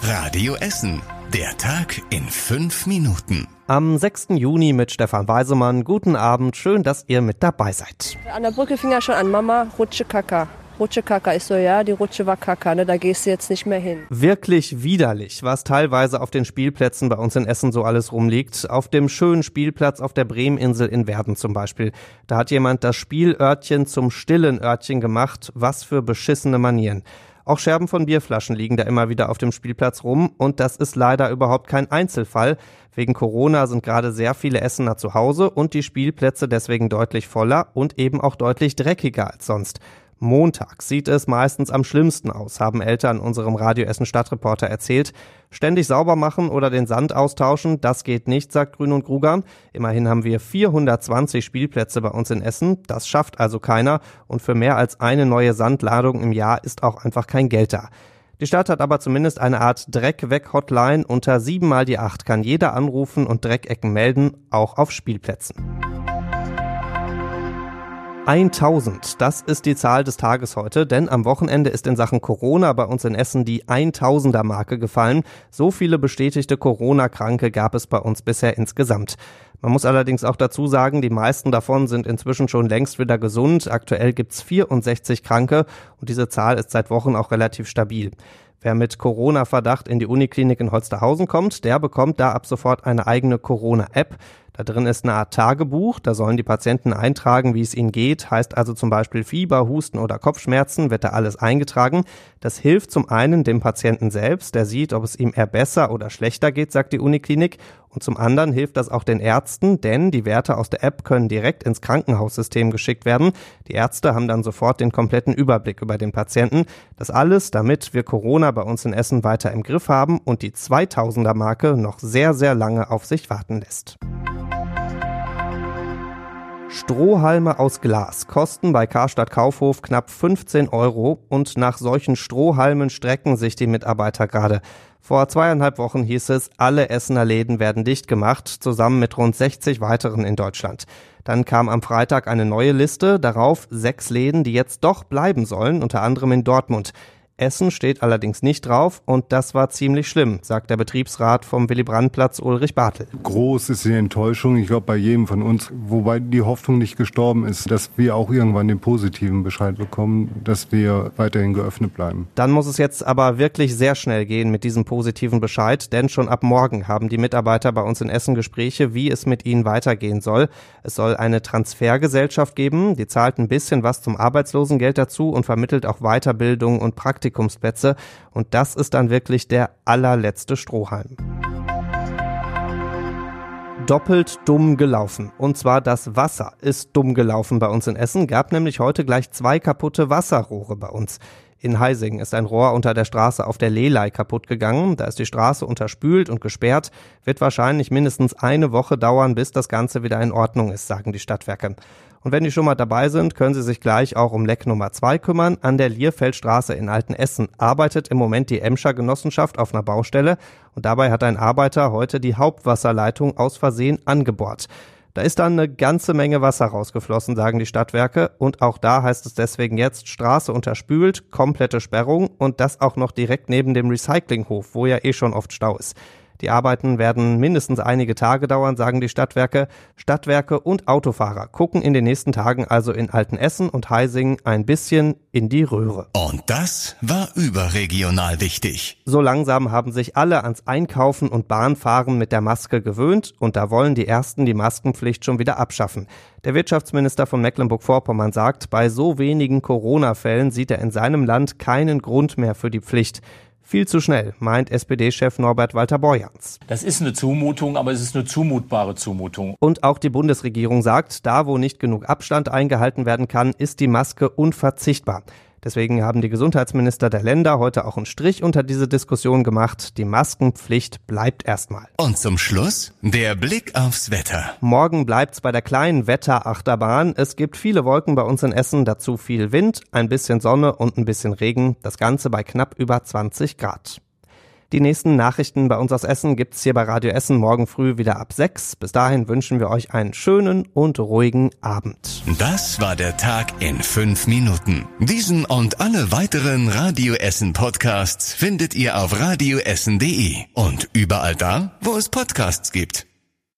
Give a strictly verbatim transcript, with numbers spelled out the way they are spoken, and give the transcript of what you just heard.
Radio Essen. Der Tag in fünf Minuten. Am sechsten Juni mit Stefan Weisemann. Guten Abend, schön, dass ihr mit dabei seid. An der Brücke fing er schon an, Mama, rutsche Kaka. Rutsche Kaka. Ich so, ja, die Rutsche war Kaka, ne, da gehst du jetzt nicht mehr hin. Wirklich widerlich, was teilweise auf den Spielplätzen bei uns in Essen so alles rumliegt. Auf dem schönen Spielplatz auf der Bremeninsel in Werden zum Beispiel. Da hat jemand das Spielörtchen zum stillen Örtchen gemacht. Was für beschissene Manieren. Auch Scherben von Bierflaschen liegen da immer wieder auf dem Spielplatz rum und das ist leider überhaupt kein Einzelfall. Wegen Corona sind gerade sehr viele Essener zu Hause und die Spielplätze deswegen deutlich voller und eben auch deutlich dreckiger als sonst. Montags sieht es meistens am schlimmsten aus, haben Eltern unserem Radio Essen Stadtreporter erzählt. Ständig sauber machen oder den Sand austauschen, das geht nicht, sagt Grün und Grugan. Immerhin haben wir vierhundertzwanzig Spielplätze bei uns in Essen, das schafft also keiner und für mehr als eine neue Sandladung im Jahr ist auch einfach kein Geld da. Die Stadt hat aber zumindest eine Art Dreck-Weg-Hotline. Unter sieben mal die acht kann jeder anrufen und Dreckecken melden, auch auf Spielplätzen. tausend, das ist die Zahl des Tages heute, denn am Wochenende ist in Sachen Corona bei uns in Essen die Tausender-Marke gefallen. So viele bestätigte Corona-Kranke gab es bei uns bisher insgesamt. Man muss allerdings auch dazu sagen, die meisten davon sind inzwischen schon längst wieder gesund. Aktuell gibt's vierundsechzig Kranke und diese Zahl ist seit Wochen auch relativ stabil. Wer mit Corona-Verdacht in die Uniklinik in Holsterhausen kommt, der bekommt da ab sofort eine eigene Corona-App. Da drin ist eine Art Tagebuch, da sollen die Patienten eintragen, wie es ihnen geht, heißt also zum Beispiel Fieber, Husten oder Kopfschmerzen, wird da alles eingetragen. Das hilft zum einen dem Patienten selbst, der sieht, ob es ihm eher besser oder schlechter geht, sagt die Uniklinik. Und zum anderen hilft das auch den Ärzten, denn die Werte aus der App können direkt ins Krankenhaussystem geschickt werden. Die Ärzte haben dann sofort den kompletten Überblick über den Patienten. Das alles, damit wir Corona bei uns in Essen weiter im Griff haben und die zweitausender-Marke noch sehr, sehr lange auf sich warten lässt. Strohhalme aus Glas kosten bei Karstadt Kaufhof knapp fünfzehn Euro und nach solchen Strohhalmen strecken sich die Mitarbeiter gerade. Vor zweieinhalb Wochen hieß es, alle Essener Läden werden dicht gemacht, zusammen mit rund sechzig weiteren in Deutschland. Dann kam am Freitag eine neue Liste, darauf sechs Läden, die jetzt doch bleiben sollen, unter anderem in Dortmund. Essen steht allerdings nicht drauf und das war ziemlich schlimm, sagt der Betriebsrat vom Willy-Brandt-Platz Ulrich Bartel. Groß ist die Enttäuschung, ich glaube bei jedem von uns, wobei die Hoffnung nicht gestorben ist, dass wir auch irgendwann den positiven Bescheid bekommen, dass wir weiterhin geöffnet bleiben. Dann muss es jetzt aber wirklich sehr schnell gehen mit diesem positiven Bescheid, denn schon ab morgen haben die Mitarbeiter bei uns in Essen Gespräche, wie es mit ihnen weitergehen soll. Es soll eine Transfergesellschaft geben, die zahlt ein bisschen was zum Arbeitslosengeld dazu und vermittelt auch Weiterbildung und Praktikum. Praktikumsplätze und das ist dann wirklich der allerletzte Strohhalm. Doppelt dumm gelaufen. Und zwar das Wasser ist dumm gelaufen bei uns in Essen. Gab nämlich heute gleich zwei kaputte Wasserrohre bei uns. In Heising ist ein Rohr unter der Straße auf der Lehlei kaputt gegangen. Da ist die Straße unterspült und gesperrt. Wird wahrscheinlich mindestens eine Woche dauern, bis das Ganze wieder in Ordnung ist, sagen die Stadtwerke. Und wenn die schon mal dabei sind, können sie sich gleich auch um Leck Nummer zwei kümmern. An der Lierfeldstraße in Altenessen arbeitet im Moment die Emscher Genossenschaft auf einer Baustelle. Und dabei hat ein Arbeiter heute die Hauptwasserleitung aus Versehen angebohrt. Da ist dann eine ganze Menge Wasser rausgeflossen, sagen die Stadtwerke. Und auch da heißt es deswegen jetzt Straße unterspült, komplette Sperrung und das auch noch direkt neben dem Recyclinghof, wo ja eh schon oft Stau ist. Die Arbeiten werden mindestens einige Tage dauern, sagen die Stadtwerke. Stadtwerke und Autofahrer gucken in den nächsten Tagen also in Altenessen und Heising ein bisschen in die Röhre. Und das war überregional wichtig. So langsam haben sich alle ans Einkaufen und Bahnfahren mit der Maske gewöhnt und da wollen die Ersten die Maskenpflicht schon wieder abschaffen. Der Wirtschaftsminister von Mecklenburg-Vorpommern sagt, bei so wenigen Corona-Fällen sieht er in seinem Land keinen Grund mehr für die Pflicht. Viel zu schnell, meint S P D-Chef Norbert Walter-Borjans. Das ist eine Zumutung, aber es ist eine zumutbare Zumutung. Und auch die Bundesregierung sagt, da wo nicht genug Abstand eingehalten werden kann, ist die Maske unverzichtbar. Deswegen haben die Gesundheitsminister der Länder heute auch einen Strich unter diese Diskussion gemacht. Die Maskenpflicht bleibt erstmal. Und zum Schluss der Blick aufs Wetter. Morgen bleibt's bei der kleinen Wetterachterbahn. Es gibt viele Wolken bei uns in Essen, dazu viel Wind, ein bisschen Sonne und ein bisschen Regen. Das Ganze bei knapp über zwanzig Grad. Die nächsten Nachrichten bei uns aus Essen gibt's hier bei Radio Essen morgen früh wieder ab sechs. Bis dahin wünschen wir euch einen schönen und ruhigen Abend. Das war der Tag in fünf Minuten. Diesen und alle weiteren Radio Essen Podcasts findet ihr auf radioessen punkt de und überall da, wo es Podcasts gibt.